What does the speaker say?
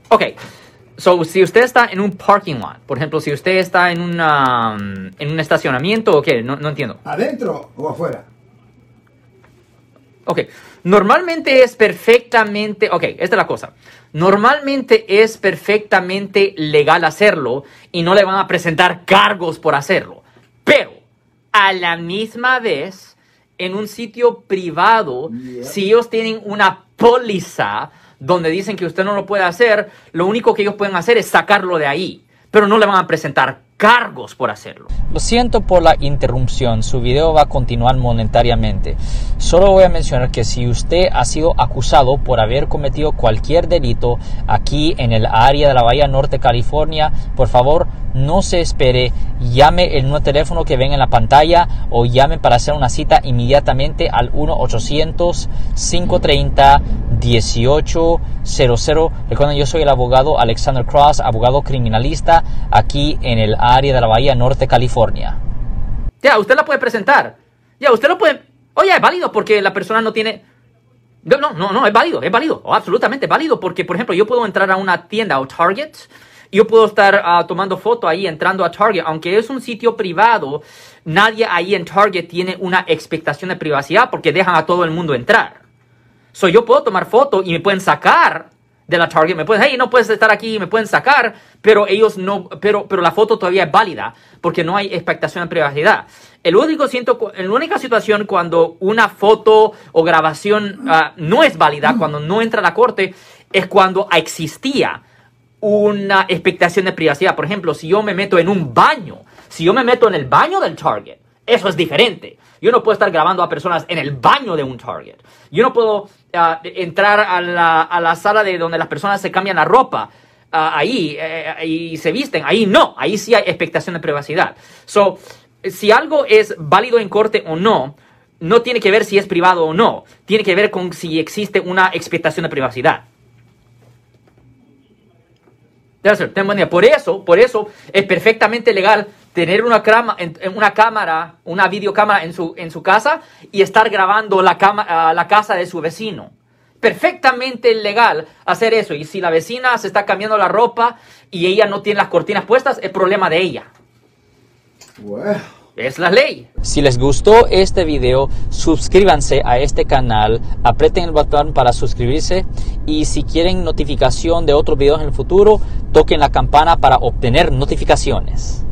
Ok, so si usted está en un parking lot, por ejemplo, si usted está en un estacionamiento, ¿o qué? No entiendo. ¿Adentro o afuera? Ok, normalmente es perfectamente, ok, esta es la cosa. Normalmente es perfectamente legal hacerlo y no le van a presentar cargos por hacerlo. Pero a la misma vez, en un sitio privado, si ellos tienen una póliza donde dicen que usted no lo puede hacer, lo único que ellos pueden hacer es sacarlo de ahí, pero no le van a presentar cargos por hacerlo. Lo siento por la interrupción, su video va a continuar momentáneamente. Solo voy a mencionar que si usted ha sido acusado por haber cometido cualquier delito aquí en el área de la Bahía Norte, California, por favor, no se espere, llame el nuevo teléfono que ven en la pantalla o llame para hacer una cita inmediatamente al 1-800-530-1800. Recuerden, yo soy el abogado Alexander Cross, abogado criminalista aquí en el área de la Bahía Norte, California. Ya, usted la puede presentar. Ya, usted lo puede... Oye, es válido porque la persona no tiene... No, es válido, absolutamente válido porque, por ejemplo, yo puedo entrar a una tienda o Target, yo puedo estar tomando foto ahí, entrando a Target, aunque es un sitio privado, nadie ahí en Target tiene una expectación de privacidad porque dejan a todo el mundo entrar. So, yo puedo tomar foto y me pueden sacar de la Target, me pueden, hey, no puedes estar aquí, me pueden sacar, pero ellos no, pero la foto todavía es válida porque no hay expectación de privacidad. La única situación cuando una foto o grabación no es válida, cuando no entra a la corte, es cuando existía una expectación de privacidad. Por ejemplo, si yo me meto en un baño, si yo me meto en el baño del Target, eso es diferente. Yo no puedo estar grabando a personas en el baño de un Target. Yo no puedo entrar a la sala de donde las personas se cambian la ropa ahí y se visten. Ahí no. Ahí sí hay expectación de privacidad. So, si algo es válido en corte o no, no tiene que ver si es privado o no. Tiene que ver con si existe una expectación de privacidad. Por eso es perfectamente legal tener una cámara, una videocámara en su casa y estar grabando la casa de su vecino. Perfectamente legal hacer eso. Y si la vecina se está cambiando la ropa y ella no tiene las cortinas puestas, es problema de ella. Wow. Es la ley. Si les gustó este video, suscríbanse a este canal, aprieten el botón para suscribirse y si quieren notificación de otros videos en el futuro, toquen la campana para obtener notificaciones.